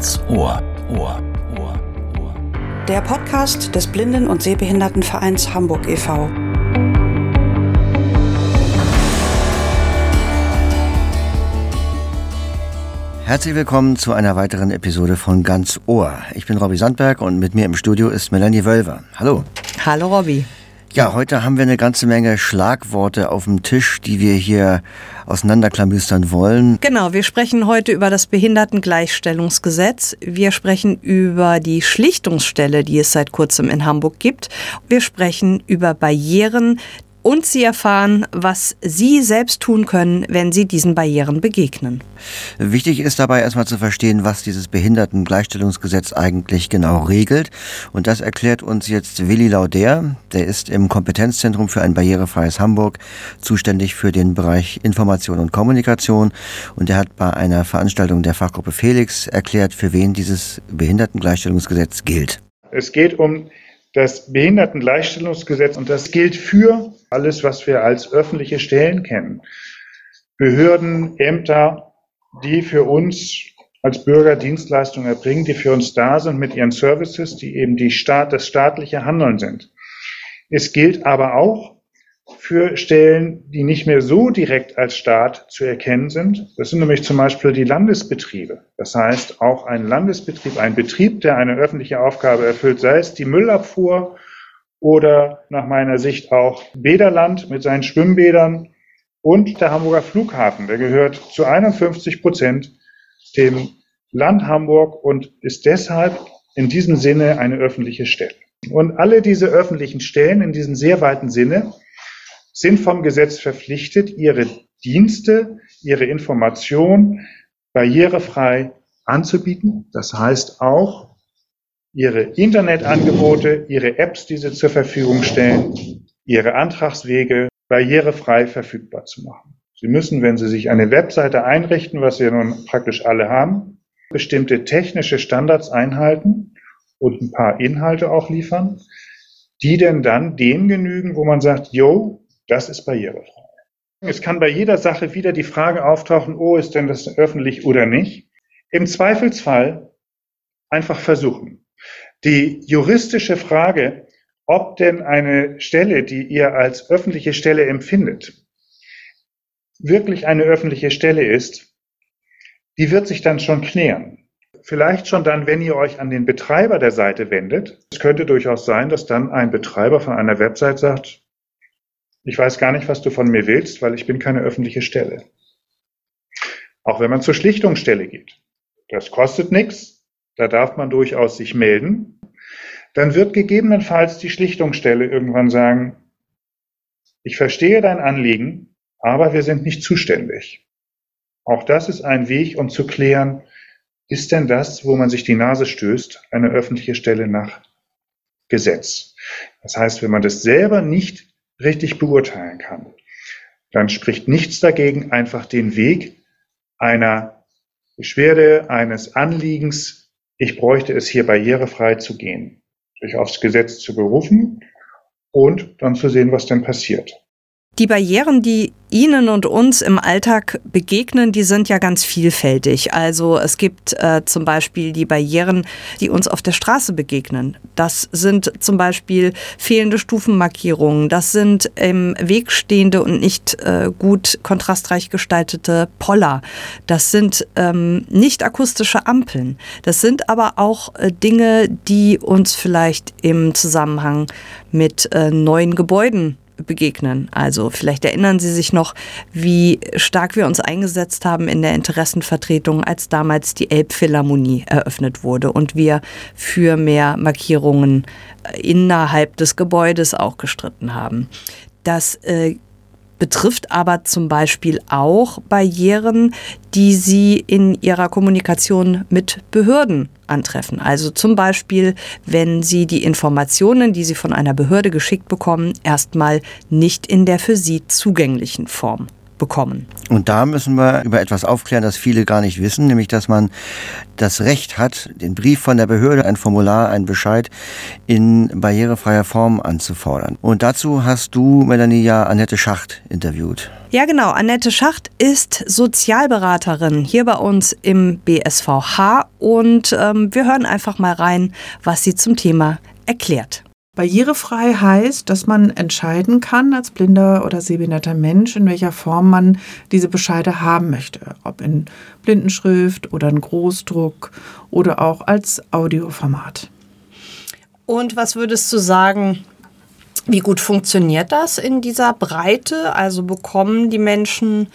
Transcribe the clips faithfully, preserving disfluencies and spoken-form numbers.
Ganz Ohr. Ohr. Ohr. Ohr. Der Podcast des Blinden- und Sehbehindertenvereins Hamburg e V Herzlich willkommen zu einer weiteren Episode von Ganz Ohr. Ich bin Robby Sandberg und mit mir im Studio ist Melanie Wölver. Hallo. Hallo Robby. Ja, heute haben wir eine ganze Menge Schlagworte auf dem Tisch, die wir hier auseinanderklamüstern wollen. Genau, wir sprechen heute über das Behindertengleichstellungsgesetz. Wir sprechen über die Schlichtungsstelle, die es seit kurzem in Hamburg gibt. Wir sprechen über Barrieren und Sie erfahren, was Sie selbst tun können, wenn Sie diesen Barrieren begegnen. Wichtig ist dabei erstmal zu verstehen, was dieses Behindertengleichstellungsgesetz eigentlich genau regelt. Und das erklärt uns jetzt Willi Lauder. Der ist im Kompetenzzentrum für ein barrierefreies Hamburg zuständig für den Bereich Information und Kommunikation. Und er hat bei einer Veranstaltung der Fachgruppe Felix erklärt, für wen dieses Behindertengleichstellungsgesetz gilt. Es geht um das Behindertengleichstellungsgesetz und das gilt für alles, was wir als öffentliche Stellen kennen. Behörden, Ämter, die für uns als Bürger Dienstleistungen erbringen, die für uns da sind mit ihren Services, die eben die Staat, das staatliche Handeln sind. Es gilt aber auch für Stellen, die nicht mehr so direkt als Staat zu erkennen sind. Das sind nämlich zum Beispiel die Landesbetriebe. Das heißt, auch ein Landesbetrieb, ein Betrieb, der eine öffentliche Aufgabe erfüllt, sei es die Müllabfuhr oder nach meiner Sicht auch Bäderland mit seinen Schwimmbädern und der Hamburger Flughafen. Der gehört zu einundfünfzig Prozent dem Land Hamburg und ist deshalb in diesem Sinne eine öffentliche Stelle. Und alle diese öffentlichen Stellen in diesem sehr weiten Sinne sind vom Gesetz verpflichtet, ihre Dienste, ihre Information barrierefrei anzubieten. Das heißt auch, ihre Internetangebote, ihre Apps, die sie zur Verfügung stellen, ihre Antragswege barrierefrei verfügbar zu machen. Sie müssen, wenn Sie sich eine Webseite einrichten, was wir nun praktisch alle haben, bestimmte technische Standards einhalten und ein paar Inhalte auch liefern, die denn dann dem genügen, wo man sagt, jo, das ist barrierefrei. Es kann bei jeder Sache wieder die Frage auftauchen, oh, ist denn das öffentlich oder nicht? Im Zweifelsfall einfach versuchen. Die juristische Frage, ob denn eine Stelle, die ihr als öffentliche Stelle empfindet, wirklich eine öffentliche Stelle ist, die wird sich dann schon klären. Vielleicht schon dann, wenn ihr euch an den Betreiber der Seite wendet. Es könnte durchaus sein, dass dann ein Betreiber von einer Website sagt, ich weiß gar nicht, was du von mir willst, weil ich bin keine öffentliche Stelle. Auch wenn man zur Schlichtungsstelle geht. Das kostet nichts, da darf man durchaus sich melden. Dann wird gegebenenfalls die Schlichtungsstelle irgendwann sagen, ich verstehe dein Anliegen, aber wir sind nicht zuständig. Auch das ist ein Weg, um zu klären, ist denn das, wo man sich die Nase stößt, eine öffentliche Stelle nach Gesetz? Das heißt, wenn man das selber nicht richtig beurteilen kann, dann spricht nichts dagegen, einfach den Weg einer Beschwerde, eines Anliegens, ich bräuchte es hier barrierefrei zu gehen, sich aufs Gesetz zu berufen und dann zu sehen, was denn passiert. Die Barrieren, die Ihnen und uns im Alltag begegnen, die sind ja ganz vielfältig. Also es gibt äh, zum Beispiel die Barrieren, die uns auf der Straße begegnen. Das sind zum Beispiel fehlende Stufenmarkierungen. Das sind im Weg stehende und nicht äh, gut kontrastreich gestaltete Poller. Das sind ähm, nicht akustische Ampeln. Das sind aber auch äh, Dinge, die uns vielleicht im Zusammenhang mit äh, neuen Gebäuden begegnen. Also vielleicht erinnern Sie sich noch, wie stark wir uns eingesetzt haben in der Interessenvertretung, als damals die Elbphilharmonie eröffnet wurde und wir für mehr Markierungen innerhalb des Gebäudes auch gestritten haben. Das äh, betrifft aber zum Beispiel auch Barrieren, die Sie in Ihrer Kommunikation mit Behörden antreffen. Also zum Beispiel, wenn Sie die Informationen, die Sie von einer Behörde geschickt bekommen, erstmal nicht in der für Sie zugänglichen Form bekommen. Und da müssen wir über etwas aufklären, das viele gar nicht wissen, nämlich dass man das Recht hat, den Brief von der Behörde, ein Formular, einen Bescheid in barrierefreier Form anzufordern. Und dazu hast du, Melanie, ja Annette Schacht interviewt. Ja genau, Annette Schacht ist Sozialberaterin hier bei uns im B S V H und ähm, wir hören einfach mal rein, was sie zum Thema erklärt. Barrierefrei heißt, dass man entscheiden kann als blinder oder sehbehinderter Mensch, in welcher Form man diese Bescheide haben möchte. Ob in Blindenschrift oder in Großdruck oder auch als Audioformat. Und was würdest du sagen, wie gut funktioniert das in dieser Breite? Also bekommen die Menschen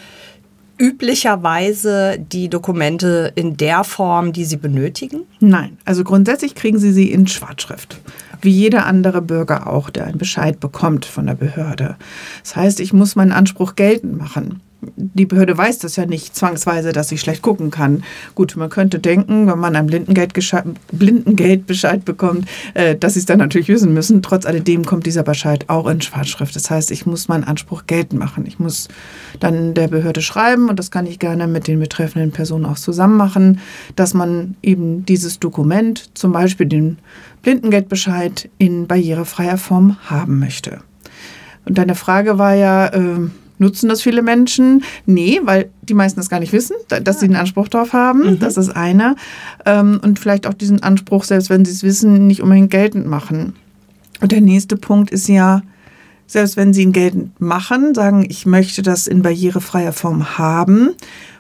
üblicherweise die Dokumente in der Form, die sie benötigen? Nein, also grundsätzlich kriegen sie sie in Schwarzschrift. Wie jeder andere Bürger auch, der einen Bescheid bekommt von der Behörde. Das heißt, ich muss meinen Anspruch geltend machen. Die Behörde weiß das ja nicht zwangsweise, dass ich schlecht gucken kann. Gut, man könnte denken, wenn man einen Blindengeldbescheid bekommt, äh, dass sie es dann natürlich wissen müssen. Trotz alledem kommt dieser Bescheid auch in Schwarzschrift. Das heißt, ich muss meinen Anspruch geltend machen. Ich muss dann der Behörde schreiben, und das kann ich gerne mit den betreffenden Personen auch zusammen machen, dass man eben dieses Dokument, zum Beispiel den Blindengeldbescheid, in barrierefreier Form haben möchte. Und deine Frage war ja, äh, nutzen das viele Menschen? Nee, weil die meisten das gar nicht wissen, dass sie einen Anspruch darauf haben. Mhm. Das ist eine. Und vielleicht auch diesen Anspruch, selbst wenn sie es wissen, nicht unbedingt geltend machen. Und der nächste Punkt ist ja, selbst wenn sie ihn geltend machen, sagen, ich möchte das in barrierefreier Form haben,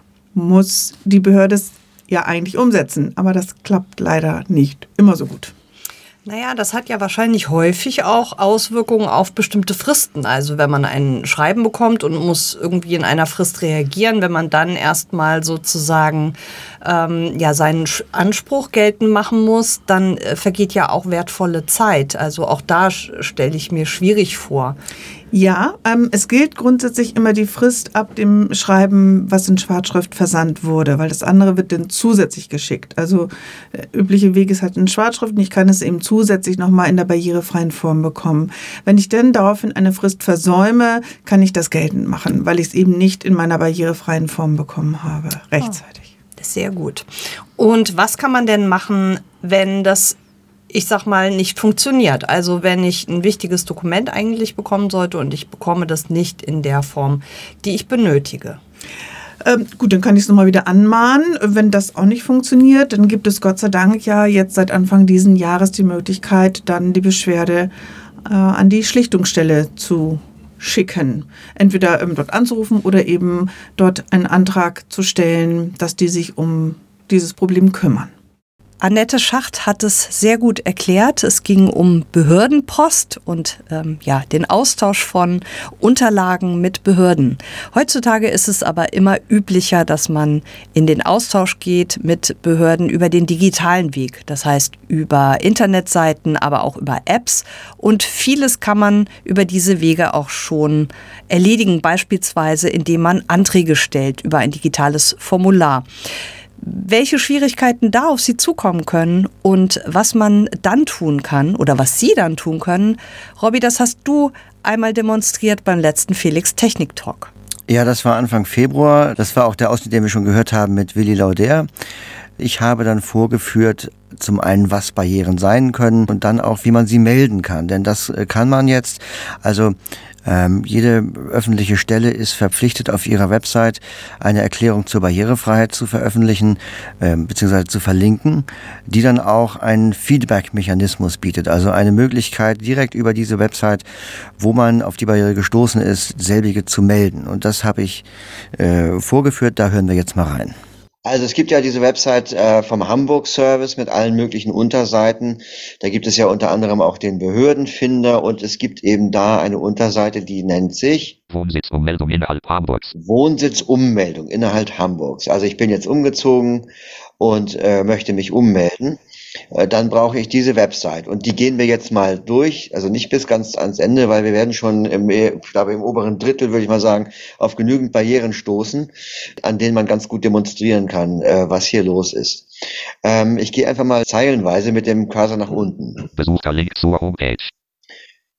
muss die Behörde es ja eigentlich umsetzen. Aber das klappt leider nicht immer so gut. Naja, das hat ja wahrscheinlich häufig auch Auswirkungen auf bestimmte Fristen. Also wenn man ein Schreiben bekommt und muss irgendwie in einer Frist reagieren, wenn man dann erstmal sozusagen ähm, ja, seinen Anspruch geltend machen muss, dann äh, vergeht ja auch wertvolle Zeit. Also auch da stelle ich mir schwierig vor. Ja, ähm, es gilt grundsätzlich immer die Frist ab dem Schreiben, was in Schwarzschrift versandt wurde, weil das andere wird dann zusätzlich geschickt. Also der übliche Weg ist halt in Schwarzschrift und ich kann es eben zusätzlich nochmal in der barrierefreien Form bekommen. Wenn ich denn daraufhin eine Frist versäume, kann ich das geltend machen, weil ich es eben nicht in meiner barrierefreien Form bekommen habe, rechtzeitig. Oh, das ist sehr gut. Und was kann man denn machen, wenn das, ich sag mal, nicht funktioniert? Also wenn ich ein wichtiges Dokument eigentlich bekommen sollte und ich bekomme das nicht in der Form, die ich benötige. Ähm, gut, dann kann ich es nochmal wieder anmahnen. Wenn das auch nicht funktioniert, dann gibt es Gott sei Dank ja jetzt seit Anfang diesen Jahres die Möglichkeit, dann die Beschwerde äh, an die Schlichtungsstelle zu schicken. Entweder ähm, dort anzurufen oder eben dort einen Antrag zu stellen, dass die sich um dieses Problem kümmern. Annette Schacht hat es sehr gut erklärt. Es ging um Behördenpost und ähm, ja, den Austausch von Unterlagen mit Behörden. Heutzutage ist es aber immer üblicher, dass man in den Austausch geht mit Behörden über den digitalen Weg. Das heißt über Internetseiten, aber auch über Apps. Und vieles kann man über diese Wege auch schon erledigen, beispielsweise indem man Anträge stellt über ein digitales Formular. Welche Schwierigkeiten da auf Sie zukommen können und was man dann tun kann oder was Sie dann tun können, Robby, das hast du einmal demonstriert beim letzten Felix Technik Talk. Ja, das war Anfang Februar. Das war auch der Ausschnitt, den wir schon gehört haben mit Willi Lauder. Ich habe dann vorgeführt, zum einen, was Barrieren sein können und dann auch, wie man sie melden kann. Denn das kann man jetzt, also ähm, jede öffentliche Stelle ist verpflichtet, auf ihrer Website eine Erklärung zur Barrierefreiheit zu veröffentlichen, ähm, beziehungsweise zu verlinken, die dann auch einen Feedback-Mechanismus bietet. Also eine Möglichkeit, direkt über diese Website, wo man auf die Barriere gestoßen ist, selbige zu melden. Und das habe ich äh, vorgeführt, da hören wir jetzt mal rein. Also es gibt ja diese Website äh, vom Hamburg-Service mit allen möglichen Unterseiten. Da gibt es ja unter anderem auch den Behördenfinder und es gibt eben da eine Unterseite, die nennt sich Wohnsitzummeldung innerhalb Hamburgs. Wohnsitzummeldung innerhalb Hamburgs. Also ich bin jetzt umgezogen und äh, möchte mich ummelden. Äh, dann brauche ich diese Website und die gehen wir jetzt mal durch, also nicht bis ganz ans Ende, weil wir werden schon im, ich glaube im oberen Drittel, würde ich mal sagen, auf genügend Barrieren stoßen, an denen man ganz gut demonstrieren kann, äh, was hier los ist. Ähm, ich gehe einfach mal zeilenweise mit dem Cursor nach unten. Besuchter Link zur Homepage.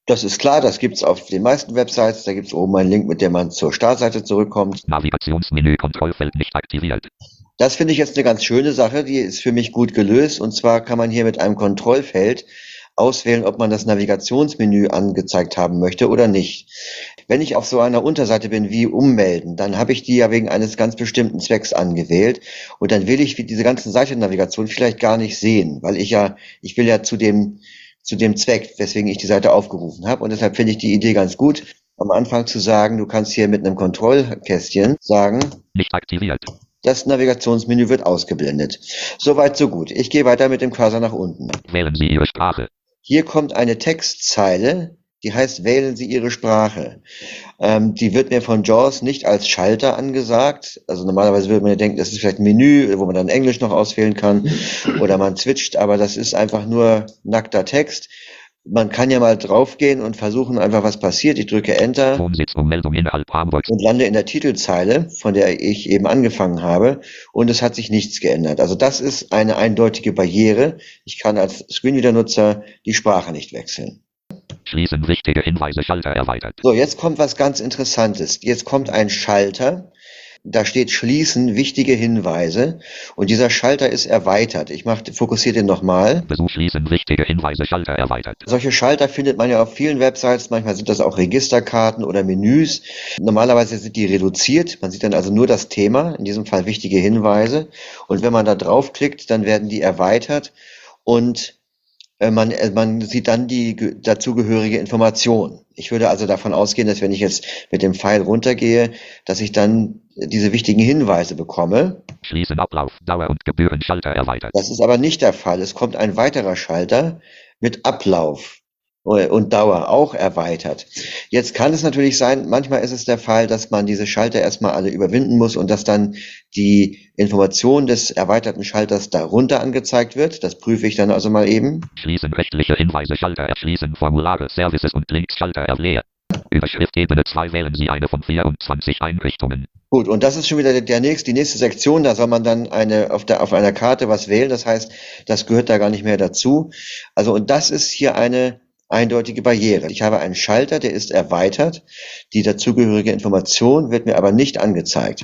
Das ist klar, das gibt's auf den meisten Websites. Da gibt's oben einen Link, mit dem man zur Startseite zurückkommt. Navigationsmenü Kontrollfeld nicht aktiviert. Das finde ich jetzt eine ganz schöne Sache, die ist für mich gut gelöst. Und zwar kann man hier mit einem Kontrollfeld auswählen, ob man das Navigationsmenü angezeigt haben möchte oder nicht. Wenn ich auf so einer Unterseite bin wie Ummelden, dann habe ich die ja wegen eines ganz bestimmten Zwecks angewählt und dann will ich diese ganzen Seitennavigation vielleicht gar nicht sehen, weil ich ja, ich will ja zu dem, zu dem Zweck, weswegen ich die Seite aufgerufen habe, und deshalb finde ich die Idee ganz gut, am Anfang zu sagen, du kannst hier mit einem Kontrollkästchen sagen, nicht aktiviert. Das Navigationsmenü wird ausgeblendet. Soweit, so gut. Ich gehe weiter mit dem Cursor nach unten. Wählen Sie Ihre Sprache. Hier kommt eine Textzeile, die heißt, wählen Sie Ihre Sprache. Ähm, die wird mir von JAWS nicht als Schalter angesagt. Also normalerweise würde man ja denken, das ist vielleicht ein Menü, wo man dann Englisch noch auswählen kann oder man switcht, aber das ist einfach nur nackter Text. Man kann ja mal draufgehen und versuchen einfach, was passiert. Ich drücke Enter Wohnsitzummeldung innerhalb Hamburgs. und lande in der Titelzeile, von der ich eben angefangen habe, und es hat sich nichts geändert. Also das ist eine eindeutige Barriere. Ich kann als Screenreader-Nutzer die Sprache nicht wechseln. Schließen wichtige Hinweise Schalter erweitert. So, jetzt kommt was ganz Interessantes. Jetzt kommt ein Schalter. Da steht Schließen wichtige Hinweise und dieser Schalter ist erweitert. Ich mache, fokussiere den nochmal. Besuch schließen wichtige Hinweise Schalter erweitert. Solche Schalter findet man ja auf vielen Websites. Manchmal sind das auch Registerkarten oder Menüs. Normalerweise sind die reduziert. Man sieht dann also nur das Thema, in diesem Fall wichtige Hinweise. Und wenn man da draufklickt, dann werden die erweitert und Man, man sieht dann die dazugehörige Information. Ich würde also davon ausgehen, dass wenn ich jetzt mit dem Pfeil runtergehe, dass ich dann diese wichtigen Hinweise bekomme. Schließen Ablauf, Dauer und Gebührenschalter erweitert. Das ist aber nicht der Fall. Es kommt ein weiterer Schalter mit Ablauf und Dauer auch erweitert. Jetzt kann es natürlich sein, manchmal ist es der Fall, dass man diese Schalter erstmal alle überwinden muss und dass dann die Information des erweiterten Schalters darunter angezeigt wird. Das prüfe ich dann also mal eben. Schließen rechtliche Hinweise Schalter erschließen, Formulare, Services und Links Schalter erleer. Überschrift Ebene zwei wählen Sie eine von vierundzwanzig Einrichtungen. Gut, und das ist schon wieder der nächste, die nächste Sektion. Da soll man dann eine auf der auf einer Karte was wählen. Das heißt, das gehört da gar nicht mehr dazu. Also und das ist hier eine eindeutige Barriere. Ich habe einen Schalter, der ist erweitert. Die dazugehörige Information wird mir aber nicht angezeigt.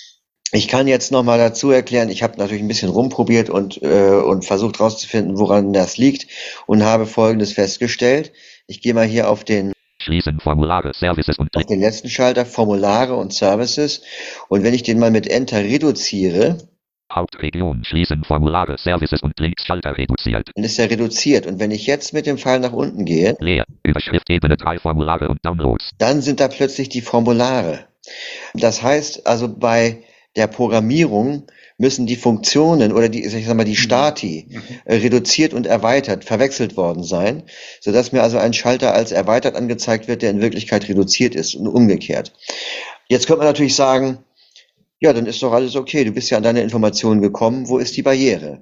Ich kann jetzt noch mal dazu erklären, ich habe natürlich ein bisschen rumprobiert und, äh, und versucht herauszufinden, woran das liegt und habe Folgendes festgestellt. Ich gehe mal hier auf den Schließen Formulare, Services und auf den letzten Schalter, Formulare und Services. Und wenn ich den mal mit Enter reduziere, Hauptregion, schließen Formulare, Services und Links Schalter reduziert. Dann ist er reduziert. Und wenn ich jetzt mit dem Pfeil nach unten gehe, leer, Überschrift Ebene drei Formulare und Downloads, dann sind da plötzlich die Formulare. Das heißt also, bei der Programmierung müssen die Funktionen oder die, ich sag mal, die Stati äh, reduziert und erweitert, verwechselt worden sein, sodass mir also ein Schalter als erweitert angezeigt wird, der in Wirklichkeit reduziert ist und umgekehrt. Jetzt könnte man natürlich sagen, ja, dann ist doch alles okay, du bist ja an deine Informationen gekommen, wo ist die Barriere?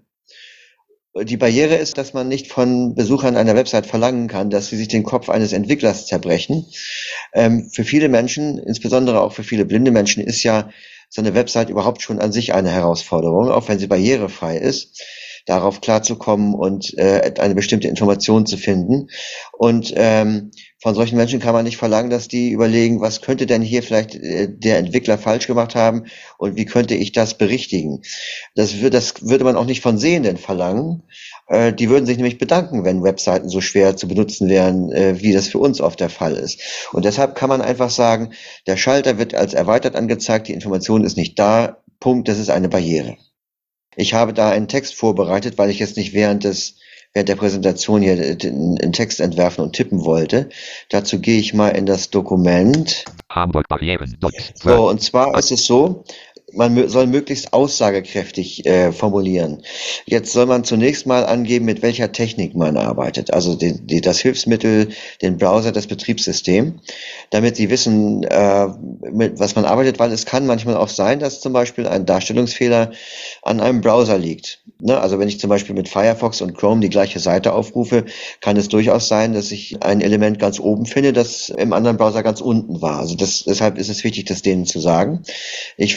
Die Barriere ist, dass man nicht von Besuchern einer Website verlangen kann, dass sie sich den Kopf eines Entwicklers zerbrechen. Ähm, für viele Menschen, insbesondere auch für viele blinde Menschen, ist ja so eine Website überhaupt schon an sich eine Herausforderung, auch wenn sie barrierefrei ist, darauf klarzukommen und äh, eine bestimmte Information zu finden. Und ähm, von solchen Menschen kann man nicht verlangen, dass die überlegen, was könnte denn hier vielleicht äh, der Entwickler falsch gemacht haben und wie könnte ich das berichtigen. Das, wird, das würde man auch nicht von Sehenden verlangen. Äh, die würden sich nämlich bedanken, wenn Webseiten so schwer zu benutzen wären, äh, wie das für uns oft der Fall ist. Und deshalb kann man einfach sagen, der Schalter wird als erweitert angezeigt, die Information ist nicht da, Punkt, das ist eine Barriere. Ich habe da einen Text vorbereitet, weil ich jetzt nicht während des während der Präsentation hier den, den Text entwerfen und tippen wollte. Dazu gehe ich mal in das Dokument. Hamburg Barrieren. So, und zwar ist es so, man soll möglichst aussagekräftig äh, formulieren. Jetzt soll man zunächst mal angeben, mit welcher Technik man arbeitet. Also die, die, das Hilfsmittel, den Browser, das Betriebssystem, damit Sie wissen, äh, mit was man arbeitet, weil es kann manchmal auch sein, dass zum Beispiel ein Darstellungsfehler an einem Browser liegt. Ne? Also wenn ich zum Beispiel mit Firefox und Chrome die gleiche Seite aufrufe, kann es durchaus sein, dass ich ein Element ganz oben finde, das im anderen Browser ganz unten war. Also das, deshalb ist es wichtig, das denen zu sagen. Ich fange also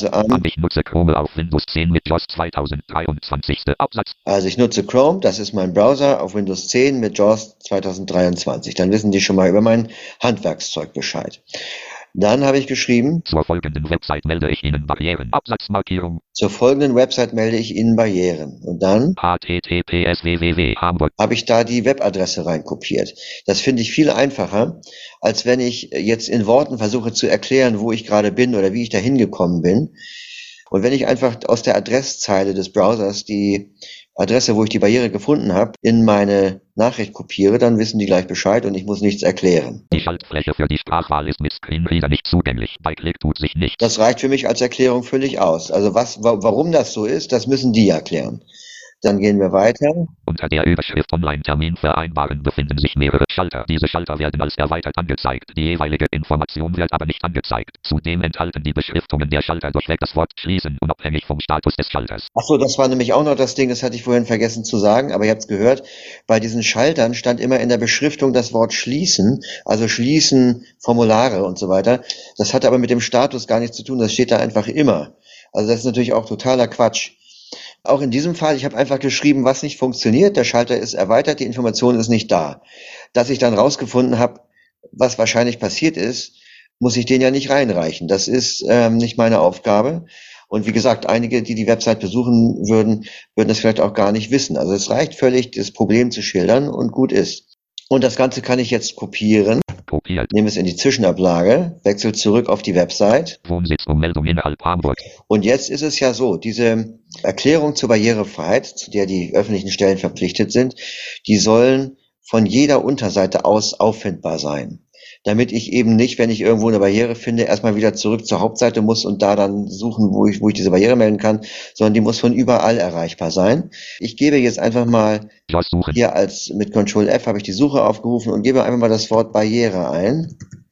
also an. Ich nutze Chrome auf Windows zehn mit JAWS zweitausenddreiundzwanzig. Absatz. Also ich nutze Chrome, das ist mein Browser, auf Windows zehn mit JAWS zweitausenddreiundzwanzig. Dann wissen die schon mal über mein Handwerkszeug Bescheid. Dann habe ich geschrieben, zur folgenden Website melde ich Ihnen Barrieren. Absatzmarkierung. Zur folgenden Website melde ich Ihnen Barrieren. Und dann H T T P S www Hamburg. Habe ich da die Webadresse reinkopiert. Das finde ich viel einfacher, als wenn ich jetzt in Worten versuche zu erklären, wo ich gerade bin oder wie ich da hingekommen bin. Und wenn ich einfach aus der Adresszeile des Browsers die Adresse, wo ich die Barriere gefunden habe, in meine Nachricht kopiere, dann wissen die gleich Bescheid und ich muss nichts erklären. Die Schaltfläche für die Sprachwahl ist mit Screenreader nicht zugänglich. Bei Klick tut sich nichts. Das reicht für mich als Erklärung völlig aus. Also was, wa- warum das so ist, das müssen die erklären. Dann gehen wir weiter. Unter der Überschrift Online-Termin vereinbaren befinden sich mehrere Schalter. Diese Schalter werden als erweitert angezeigt. Die jeweilige Information wird aber nicht angezeigt. Zudem enthalten die Beschriftungen der Schalter durchweg das Wort schließen, unabhängig vom Status des Schalters. Ach so, das war nämlich auch noch das Ding, das hatte ich vorhin vergessen zu sagen, aber ihr habt es gehört, bei diesen Schaltern stand immer in der Beschriftung das Wort schließen, also schließen, Formulare und so weiter. Das hat aber mit dem Status gar nichts zu tun, das steht da einfach immer. Also das ist natürlich auch totaler Quatsch. Auch in diesem Fall, ich habe einfach geschrieben, was nicht funktioniert, der Schalter ist erweitert, die Information ist nicht da. Dass ich dann rausgefunden habe, was wahrscheinlich passiert ist, muss ich den ja nicht reinreichen. Das ist ähm, nicht meine Aufgabe. Und wie gesagt, einige, die die Website besuchen würden, würden das vielleicht auch gar nicht wissen. Also es reicht völlig, das Problem zu schildern und gut ist. Und das Ganze kann ich jetzt kopieren. Kopiert. Nehme es in die Zwischenablage, wechsle zurück auf die Website. Wohnsitzummeldung innerhalb Hamburg. Und jetzt ist es ja so, diese Erklärung zur Barrierefreiheit, zu der die öffentlichen Stellen verpflichtet sind, die sollen von jeder Unterseite aus auffindbar sein. Damit ich eben nicht, wenn ich irgendwo eine Barriere finde, erstmal wieder zurück zur Hauptseite muss und da dann suchen, wo ich, wo ich diese Barriere melden kann, sondern die muss von überall erreichbar sein. Ich gebe jetzt einfach mal hier als mit Control F habe ich die Suche aufgerufen und gebe einfach mal das Wort Barriere ein.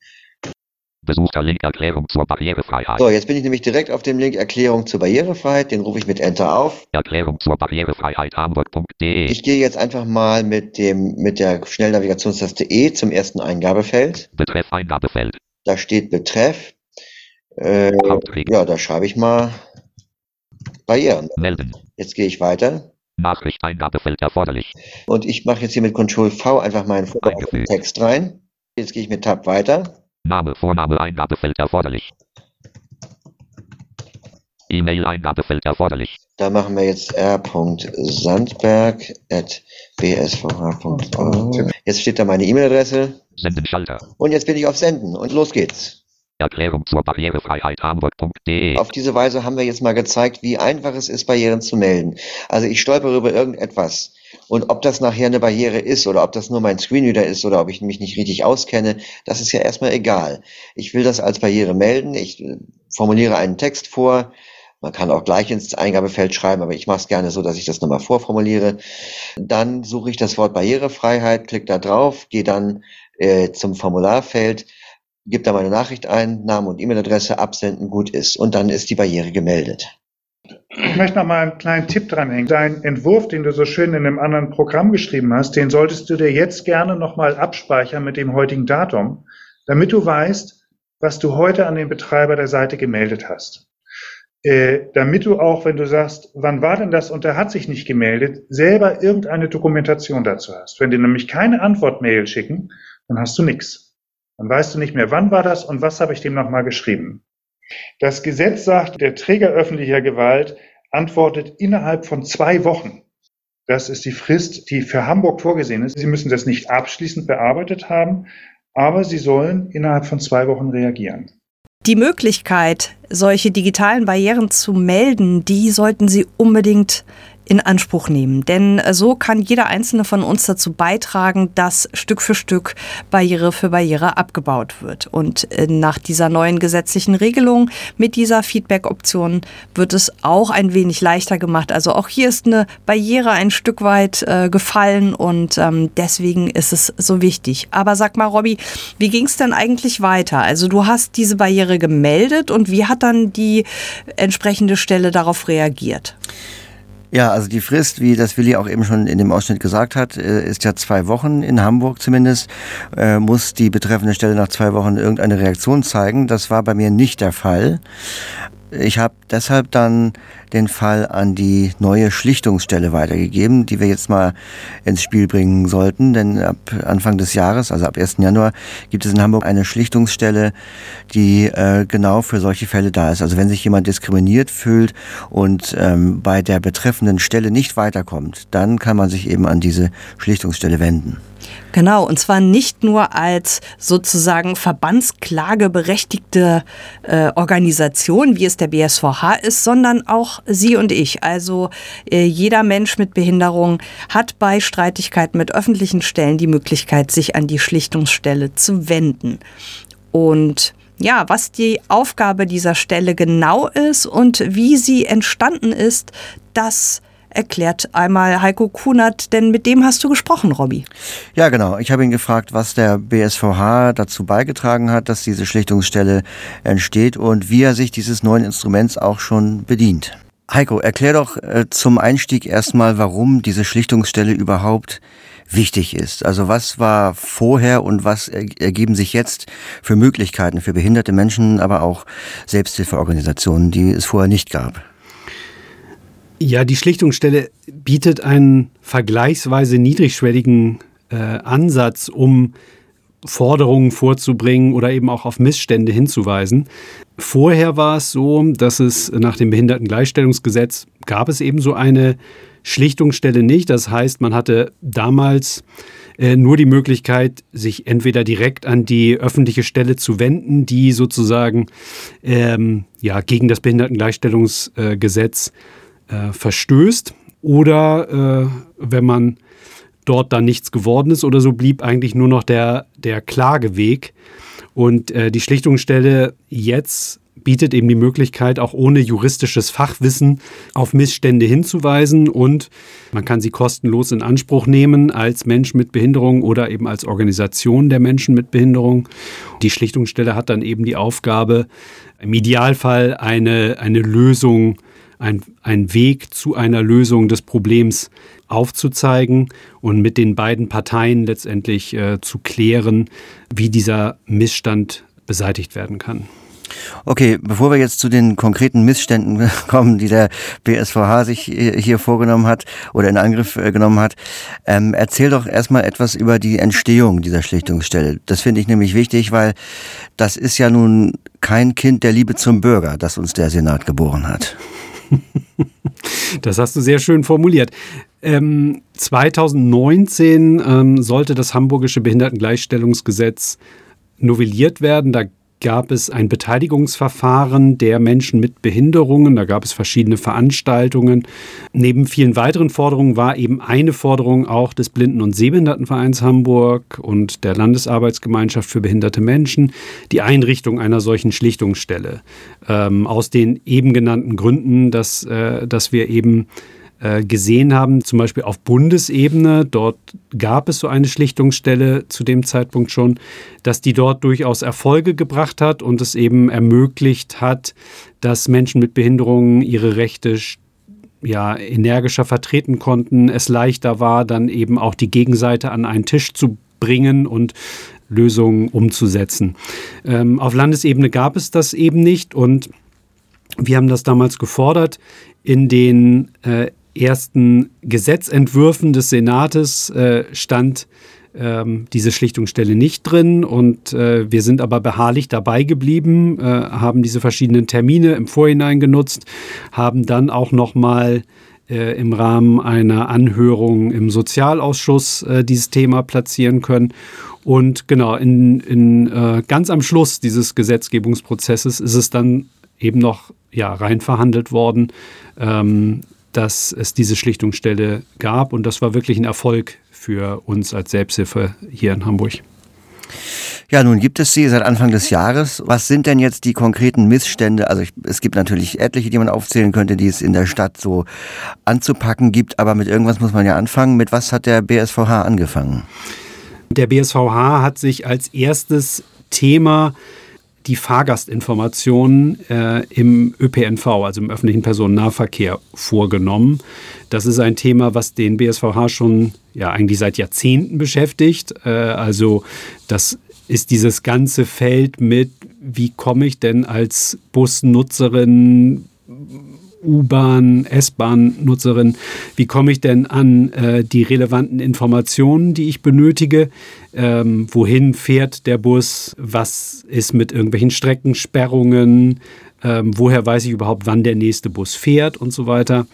Besuchter Link Erklärung zur Barrierefreiheit. So, jetzt bin ich nämlich direkt auf dem Link Erklärung zur Barrierefreiheit, den rufe ich mit Enter auf. Erklärung zur Barrierefreiheit Hamburg punkt de. Ich gehe jetzt einfach mal mit dem mit der Schnellnavigationstaste E zum ersten Eingabefeld. Betreff Eingabefeld. Da steht Betreff. Äh, ja, da schreibe ich mal Barrieren. Melden. Jetzt gehe ich weiter. Nachricht Eingabefeld erforderlich. Und ich mache jetzt hier mit Control V einfach meinen Text rein. Jetzt gehe ich mit Tab weiter. Name, Vorname, Eingabefeld erforderlich. E-Mail, Eingabefeld erforderlich. Da machen wir jetzt r punkt sandberg at b s v h punkt org. Jetzt steht da meine E-Mail-Adresse. Senden Schalter. Und jetzt bin ich auf Senden und los geht's. Erklärung zur Barrierefreiheit Hamburg punkt de. Auf diese Weise haben wir jetzt mal gezeigt, wie einfach es ist, Barrieren zu melden. Also ich stolpere über irgendetwas. Und ob das nachher eine Barriere ist oder ob das nur mein Screenreader ist oder ob ich mich nicht richtig auskenne, das ist ja erstmal egal. Ich will das als Barriere melden. Ich formuliere einen Text vor. Man kann auch gleich ins Eingabefeld schreiben, aber ich mache es gerne so, dass ich das nochmal vorformuliere. Dann suche ich das Wort Barrierefreiheit, klicke da drauf, gehe dann äh, zum Formularfeld, gebe da meine Nachricht ein, Name und E-Mail-Adresse, absenden, gut ist. Und dann ist die Barriere gemeldet. Ich möchte noch mal einen kleinen Tipp dranhängen. Dein Entwurf, den du so schön in einem anderen Programm geschrieben hast, den solltest du dir jetzt gerne noch mal abspeichern mit dem heutigen Datum, damit du weißt, was du heute an den Betreiber der Seite gemeldet hast. Äh, damit du auch, wenn du sagst, wann war denn das und der hat sich nicht gemeldet, selber irgendeine Dokumentation dazu hast. Wenn die nämlich keine Antwort-Mail schicken, dann hast du nichts. Dann weißt du nicht mehr, wann war das und was habe ich dem nochmal geschrieben. Das Gesetz sagt, der Träger öffentlicher Gewalt antwortet innerhalb von zwei Wochen. Das ist die Frist, die für Hamburg vorgesehen ist. Sie müssen das nicht abschließend bearbeitet haben, aber Sie sollen innerhalb von zwei Wochen reagieren. Die Möglichkeit, solche digitalen Barrieren zu melden, die sollten Sie unbedingt in Anspruch nehmen. Denn so kann jeder einzelne von uns dazu beitragen, dass Stück für Stück Barriere für Barriere abgebaut wird. Und nach dieser neuen gesetzlichen Regelung mit dieser Feedback-Option wird es auch ein wenig leichter gemacht. Also auch hier ist eine Barriere ein Stück weit äh, gefallen und ähm, deswegen ist es so wichtig. Aber sag mal, Robby, wie ging es denn eigentlich weiter? Also du hast diese Barriere gemeldet und wie hat dann die entsprechende Stelle darauf reagiert? Ja, also die Frist, wie das Willi auch eben schon in dem Ausschnitt gesagt hat, ist ja zwei Wochen, in Hamburg zumindest, äh, muss die betreffende Stelle nach zwei Wochen irgendeine Reaktion zeigen. Das war bei mir nicht der Fall. Ich habe deshalb dann den Fall an die neue Schlichtungsstelle weitergegeben, die wir jetzt mal ins Spiel bringen sollten. Denn ab Anfang des Jahres, also ab ersten Januar, gibt es in Hamburg eine Schlichtungsstelle, die äh, genau für solche Fälle da ist. Also wenn sich jemand diskriminiert fühlt und ähm, bei der betreffenden Stelle nicht weiterkommt, dann kann man sich eben an diese Schlichtungsstelle wenden. Genau, und zwar nicht nur als sozusagen verbandsklageberechtigte äh, Organisation, wie es der B S V H ist, sondern auch Sie und ich. Also äh, jeder Mensch mit Behinderung hat bei Streitigkeiten mit öffentlichen Stellen die Möglichkeit, sich an die Schlichtungsstelle zu wenden. Und ja, was die Aufgabe dieser Stelle genau ist und wie sie entstanden ist, das erklärt einmal Heiko Kunert, denn mit dem hast du gesprochen, Robby. Ja, genau. Ich habe ihn gefragt, was der B S V H dazu beigetragen hat, dass diese Schlichtungsstelle entsteht und wie er sich dieses neuen Instruments auch schon bedient. Heiko, erklär doch äh, zum Einstieg erstmal, warum diese Schlichtungsstelle überhaupt wichtig ist. Also was war vorher und was ergeben sich jetzt für Möglichkeiten für behinderte Menschen, aber auch Selbsthilfeorganisationen, die es vorher nicht gab? Ja, die Schlichtungsstelle bietet einen vergleichsweise niedrigschwelligen äh, Ansatz, um Forderungen vorzubringen oder eben auch auf Missstände hinzuweisen. Vorher war es so, dass es nach dem Behindertengleichstellungsgesetz gab es eben so eine Schlichtungsstelle nicht. Das heißt, man hatte damals äh, nur die Möglichkeit, sich entweder direkt an die öffentliche Stelle zu wenden, die sozusagen ähm, ja, gegen das Behindertengleichstellungsgesetz äh, verstößt, oder äh, wenn man dort dann nichts geworden ist oder so, blieb eigentlich nur noch der, der Klageweg. Und äh, die Schlichtungsstelle jetzt bietet eben die Möglichkeit, auch ohne juristisches Fachwissen auf Missstände hinzuweisen, und man kann sie kostenlos in Anspruch nehmen als Mensch mit Behinderung oder eben als Organisation der Menschen mit Behinderung. Die Schlichtungsstelle hat dann eben die Aufgabe, im Idealfall eine, eine Lösung, ein, ein Weg zu einer Lösung des Problems aufzuzeigen und mit den beiden Parteien letztendlich äh, zu klären, wie dieser Missstand beseitigt werden kann. Okay, bevor wir jetzt zu den konkreten Missständen kommen, die der B S V H sich hier vorgenommen hat oder in Angriff genommen hat, ähm, erzähl doch erstmal etwas über die Entstehung dieser Schlichtungsstelle. Das finde ich nämlich wichtig, weil das ist ja nun kein Kind der Liebe zum Bürger, das uns der Senat geboren hat. Das hast du sehr schön formuliert. Ähm, zweitausendneunzehn ähm, sollte das Hamburgische Behindertengleichstellungsgesetz novelliert werden. Da gab es ein Beteiligungsverfahren der Menschen mit Behinderungen. Da gab es verschiedene Veranstaltungen. Neben vielen weiteren Forderungen war eben eine Forderung auch des Blinden- und Sehbehindertenvereins Hamburg und der Landesarbeitsgemeinschaft für behinderte Menschen die Einrichtung einer solchen Schlichtungsstelle. Ähm, aus den eben genannten Gründen, dass, äh, dass wir eben gesehen haben, zum Beispiel auf Bundesebene, dort gab es so eine Schlichtungsstelle zu dem Zeitpunkt schon, dass die dort durchaus Erfolge gebracht hat und es eben ermöglicht hat, dass Menschen mit Behinderungen ihre Rechte ja, energischer vertreten konnten, es leichter war, dann eben auch die Gegenseite an einen Tisch zu bringen und Lösungen umzusetzen. Ähm, auf Landesebene gab es das eben nicht, und wir haben das damals gefordert. In den äh, ersten Gesetzentwürfen des Senates äh, stand ähm, diese Schlichtungsstelle nicht drin, und äh, wir sind aber beharrlich dabei geblieben, äh, haben diese verschiedenen Termine im Vorhinein genutzt, haben dann auch nochmal äh, im Rahmen einer Anhörung im Sozialausschuss äh, dieses Thema platzieren können. Und genau, in, in, äh, ganz am Schluss dieses Gesetzgebungsprozesses ist es dann eben noch ja, rein verhandelt worden, ähm, dass es diese Schlichtungsstelle gab, und das war wirklich ein Erfolg für uns als Selbsthilfe hier in Hamburg. Ja, nun gibt es sie seit Anfang des Jahres. Was sind denn jetzt die konkreten Missstände? Also ich, es gibt natürlich etliche, die man aufzählen könnte, die es in der Stadt so anzupacken gibt, aber mit irgendwas muss man ja anfangen. Mit was hat der B S V H angefangen? Der B S V H hat sich als erstes Thema die Fahrgastinformationen äh, im Ö P N V, also im öffentlichen Personennahverkehr, vorgenommen. Das ist ein Thema, was den B S V H schon ja eigentlich seit Jahrzehnten beschäftigt. Äh, also das ist dieses ganze Feld mit, wie komme ich denn als Busnutzerin, U-Bahn, S-Bahn-Nutzerin, wie komme ich denn an äh, die relevanten Informationen, die ich benötige? Ähm, wohin fährt der Bus? Was ist mit irgendwelchen Streckensperrungen? Ähm, woher weiß ich überhaupt, wann der nächste Bus fährt und so weiter?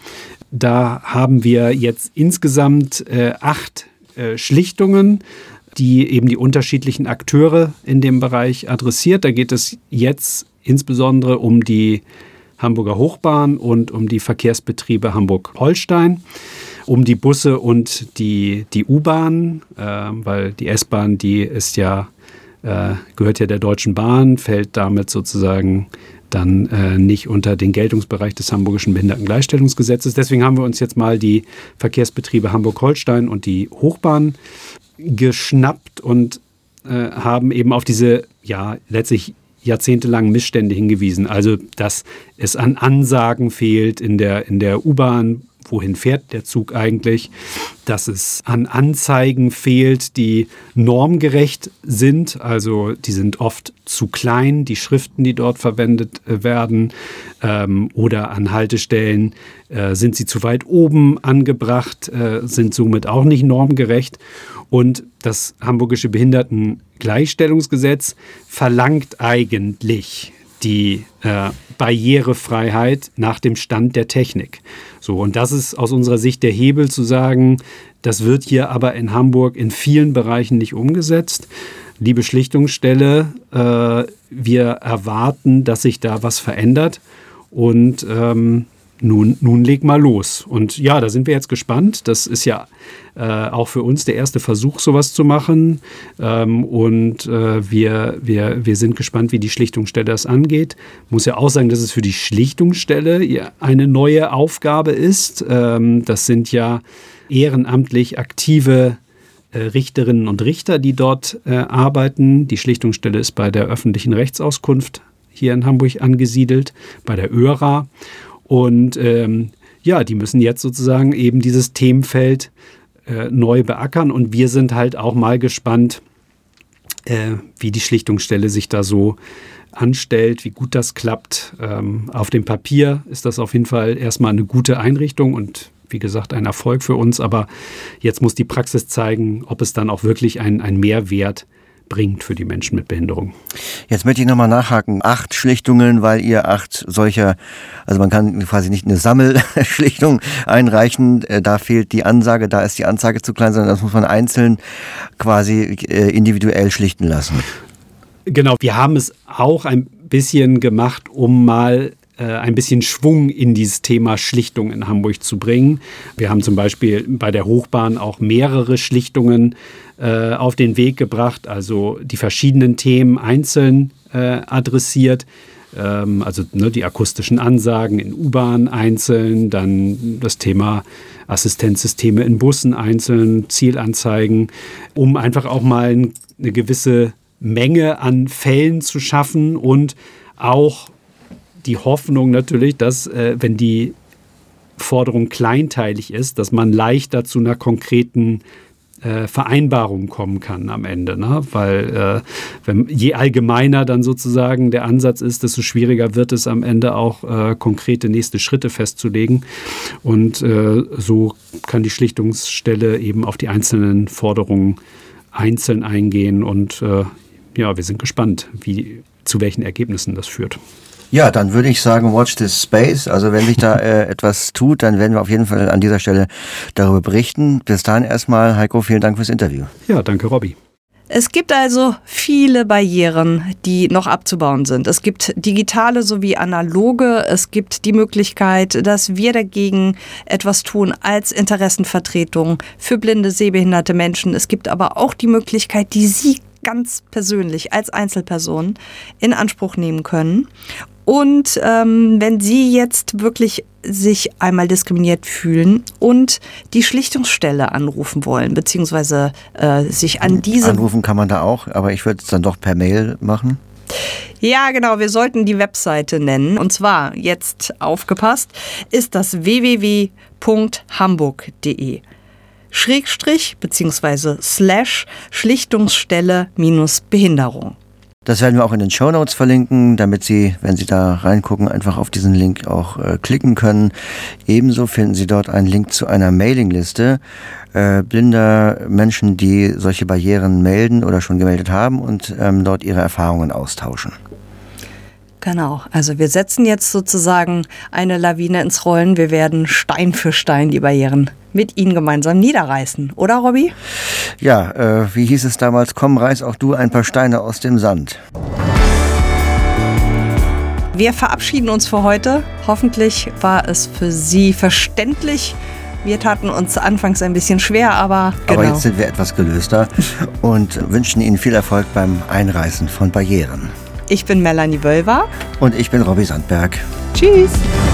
Da haben wir jetzt insgesamt äh, acht äh, Schlichtungen, die eben die unterschiedlichen Akteure in dem Bereich adressiert. Da geht es jetzt insbesondere um die Hamburger Hochbahn und um die Verkehrsbetriebe Hamburg-Holstein, um die Busse und die, die U-Bahn, äh, weil die S-Bahn, die ist ja, äh, gehört ja der Deutschen Bahn, fällt damit sozusagen dann äh, nicht unter den Geltungsbereich des Hamburgischen Behindertengleichstellungsgesetzes. Deswegen haben wir uns jetzt mal die Verkehrsbetriebe Hamburg-Holstein und die Hochbahn geschnappt und äh, haben eben auf diese, ja, letztlich jahrzehntelangen Missstände hingewiesen. Also, dass es an Ansagen fehlt in der, in der U-Bahn, wohin fährt der Zug eigentlich, dass es an Anzeigen fehlt, die normgerecht sind, also die sind oft zu klein, die Schriften, die dort verwendet werden, ähm, oder an Haltestellen äh, sind sie zu weit oben angebracht, äh, sind somit auch nicht normgerecht. Und das Hamburgische Behindertengleichstellungsgesetz verlangt eigentlich die äh, Barrierefreiheit nach dem Stand der Technik. So, und das ist aus unserer Sicht der Hebel zu sagen, das wird hier aber in Hamburg in vielen Bereichen nicht umgesetzt. Liebe Schlichtungsstelle, äh, wir erwarten, dass sich da was verändert und ähm, Nun, nun leg mal los. Und ja, da sind wir jetzt gespannt. Das ist ja äh, auch für uns der erste Versuch, sowas zu machen. Ähm, und äh, wir, wir, wir sind gespannt, wie die Schlichtungsstelle das angeht. Ich muss ja auch sagen, dass es für die Schlichtungsstelle eine neue Aufgabe ist. Ähm, das sind ja ehrenamtlich aktive äh, Richterinnen und Richter, die dort äh, arbeiten. Die Schlichtungsstelle ist bei der öffentlichen Rechtsauskunft hier in Hamburg angesiedelt, bei der Ö R A. Und ähm, ja, die müssen jetzt sozusagen eben dieses Themenfeld äh, neu beackern. Und wir sind halt auch mal gespannt, äh, wie die Schlichtungsstelle sich da so anstellt, wie gut das klappt. Ähm, auf dem Papier ist das auf jeden Fall erstmal eine gute Einrichtung und wie gesagt ein Erfolg für uns. Aber jetzt muss die Praxis zeigen, ob es dann auch wirklich ein, ein Mehrwert bringt für die Menschen mit Behinderung. Jetzt möchte ich nochmal nachhaken. Acht Schlichtungen, weil ihr acht solcher, also man kann quasi nicht eine Sammelschlichtung einreichen, da fehlt die Ansage, da ist die Anzeige zu klein, sondern das muss man einzeln quasi individuell schlichten lassen. Genau, wir haben es auch ein bisschen gemacht, um mal ein bisschen Schwung in dieses Thema Schlichtung in Hamburg zu bringen. Wir haben zum Beispiel bei der Hochbahn auch mehrere Schlichtungen äh, auf den Weg gebracht, also die verschiedenen Themen einzeln äh, adressiert. Ähm, also ne, die akustischen Ansagen in U-Bahn einzeln, dann das Thema Assistenzsysteme in Bussen einzeln, Zielanzeigen, um einfach auch mal eine gewisse Menge an Fällen zu schaffen und auch die Hoffnung natürlich, dass, äh, wenn die Forderung kleinteilig ist, dass man leichter zu einer konkreten äh, Vereinbarung kommen kann am Ende. Ne? Weil äh, wenn, je allgemeiner dann sozusagen der Ansatz ist, desto schwieriger wird es am Ende auch äh, konkrete nächste Schritte festzulegen. Und äh, so kann die Schlichtungsstelle eben auf die einzelnen Forderungen einzeln eingehen. Und äh, ja, wir sind gespannt, wie, zu welchen Ergebnissen das führt. Ja, dann würde ich sagen, watch this space. Also wenn sich da äh, etwas tut, dann werden wir auf jeden Fall an dieser Stelle darüber berichten. Bis dahin erstmal, Heiko, vielen Dank fürs Interview. Ja, danke, Robby. Es gibt also viele Barrieren, die noch abzubauen sind. Es gibt digitale sowie analoge. Es gibt die Möglichkeit, dass wir dagegen etwas tun als Interessenvertretung für blinde, sehbehinderte Menschen. Es gibt aber auch die Möglichkeit, die Sie ganz persönlich als Einzelperson in Anspruch nehmen können. Und ähm, wenn Sie jetzt wirklich sich einmal diskriminiert fühlen und die Schlichtungsstelle anrufen wollen, beziehungsweise äh, sich an diese... Anrufen kann man da auch, aber ich würde es dann doch per Mail machen. Ja, genau, wir sollten die Webseite nennen. Und zwar, jetzt aufgepasst, ist das w w w punkt hamburg punkt de. Schrägstrich, beziehungsweise Slash, Schlichtungsstelle minus Behinderung. Das werden wir auch in den Shownotes verlinken, damit Sie, wenn Sie da reingucken, einfach auf diesen Link auch äh, klicken können. Ebenso finden Sie dort einen Link zu einer Mailingliste äh, blinder Menschen, die solche Barrieren melden oder schon gemeldet haben und ähm, dort ihre Erfahrungen austauschen. Genau, also wir setzen jetzt sozusagen eine Lawine ins Rollen. Wir werden Stein für Stein die Barrieren mit Ihnen gemeinsam niederreißen. Oder, Robby? Ja, äh, wie hieß es damals? Komm, reiß auch du ein paar Steine aus dem Sand. Wir verabschieden uns für heute. Hoffentlich war es für Sie verständlich. Wir taten uns anfangs ein bisschen schwer, aber genau. Aber jetzt sind wir etwas gelöster und wünschen Ihnen viel Erfolg beim Einreißen von Barrieren. Ich bin Melanie Wölver. Und ich bin Robby Sandberg. Tschüss.